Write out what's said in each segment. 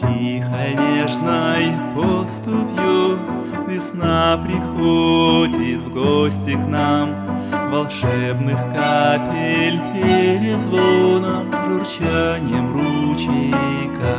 Тихой, нежной поступью весна приходит в гости к нам, волшебных капель перезвоном, журчанием ручейка.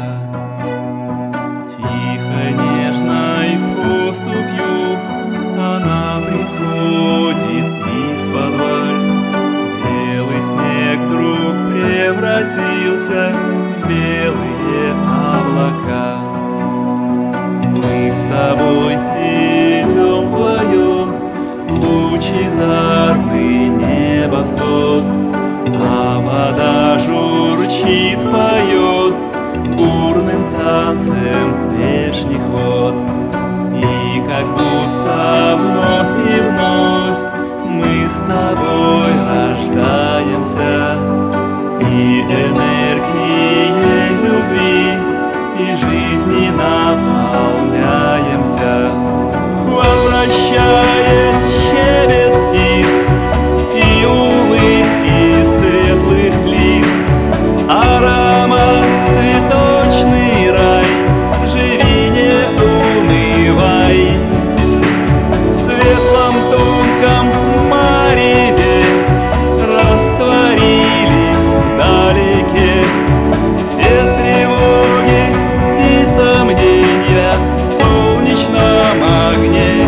Тихой, нежной поступью она приходит из-под. Белый снег вдруг превратился в белые облака. Мы с тобой идем вдвоем в лучезарный небосвод, а вода журчит, поет бурным танцем вешний ход. И как будто вновь и вновь мы с тобой рождаемся, и энергией любви и жизни наполняемся, возвращая щебет птиц и улыбки светлых лиц. Аромат цветочный рай, живи, не унывай. В светлом тонком мареве растворились вдалеке все тревоги и сомнения в солнечном огне.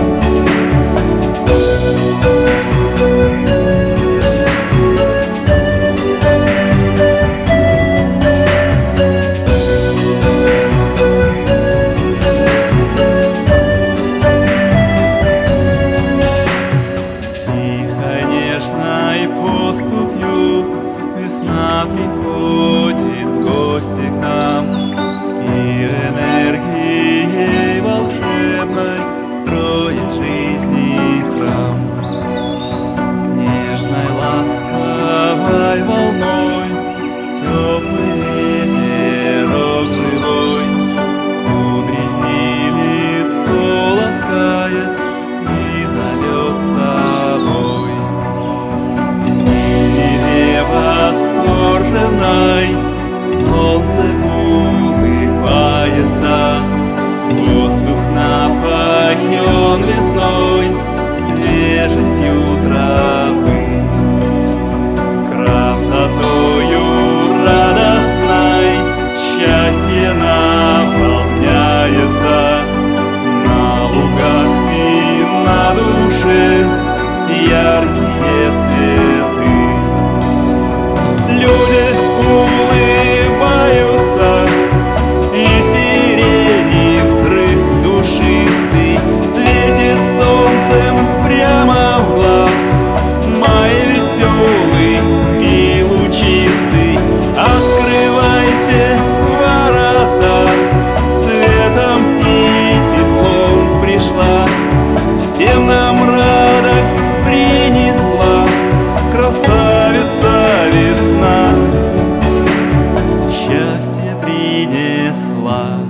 Нежной поступью весна приходит в гости к нам, и энергией волшебной строит жизни храм. Нежной, ласковой волной теплый ветерок живой кудри и лицо ласкает и зовет с собой. Восторженной солнце улыбается, воздух напоен весной свежестью травы, красотою радостной счастье наполняется на лугах и на душе яркие цветы. Люди улыбаются, и сирени взрыв душистый светит солнцем прямо в глаз. Май веселый и лучистый, открывайте ворота, светом и теплом пришла, всем нам радость принесла красавица весна, счастье принесла.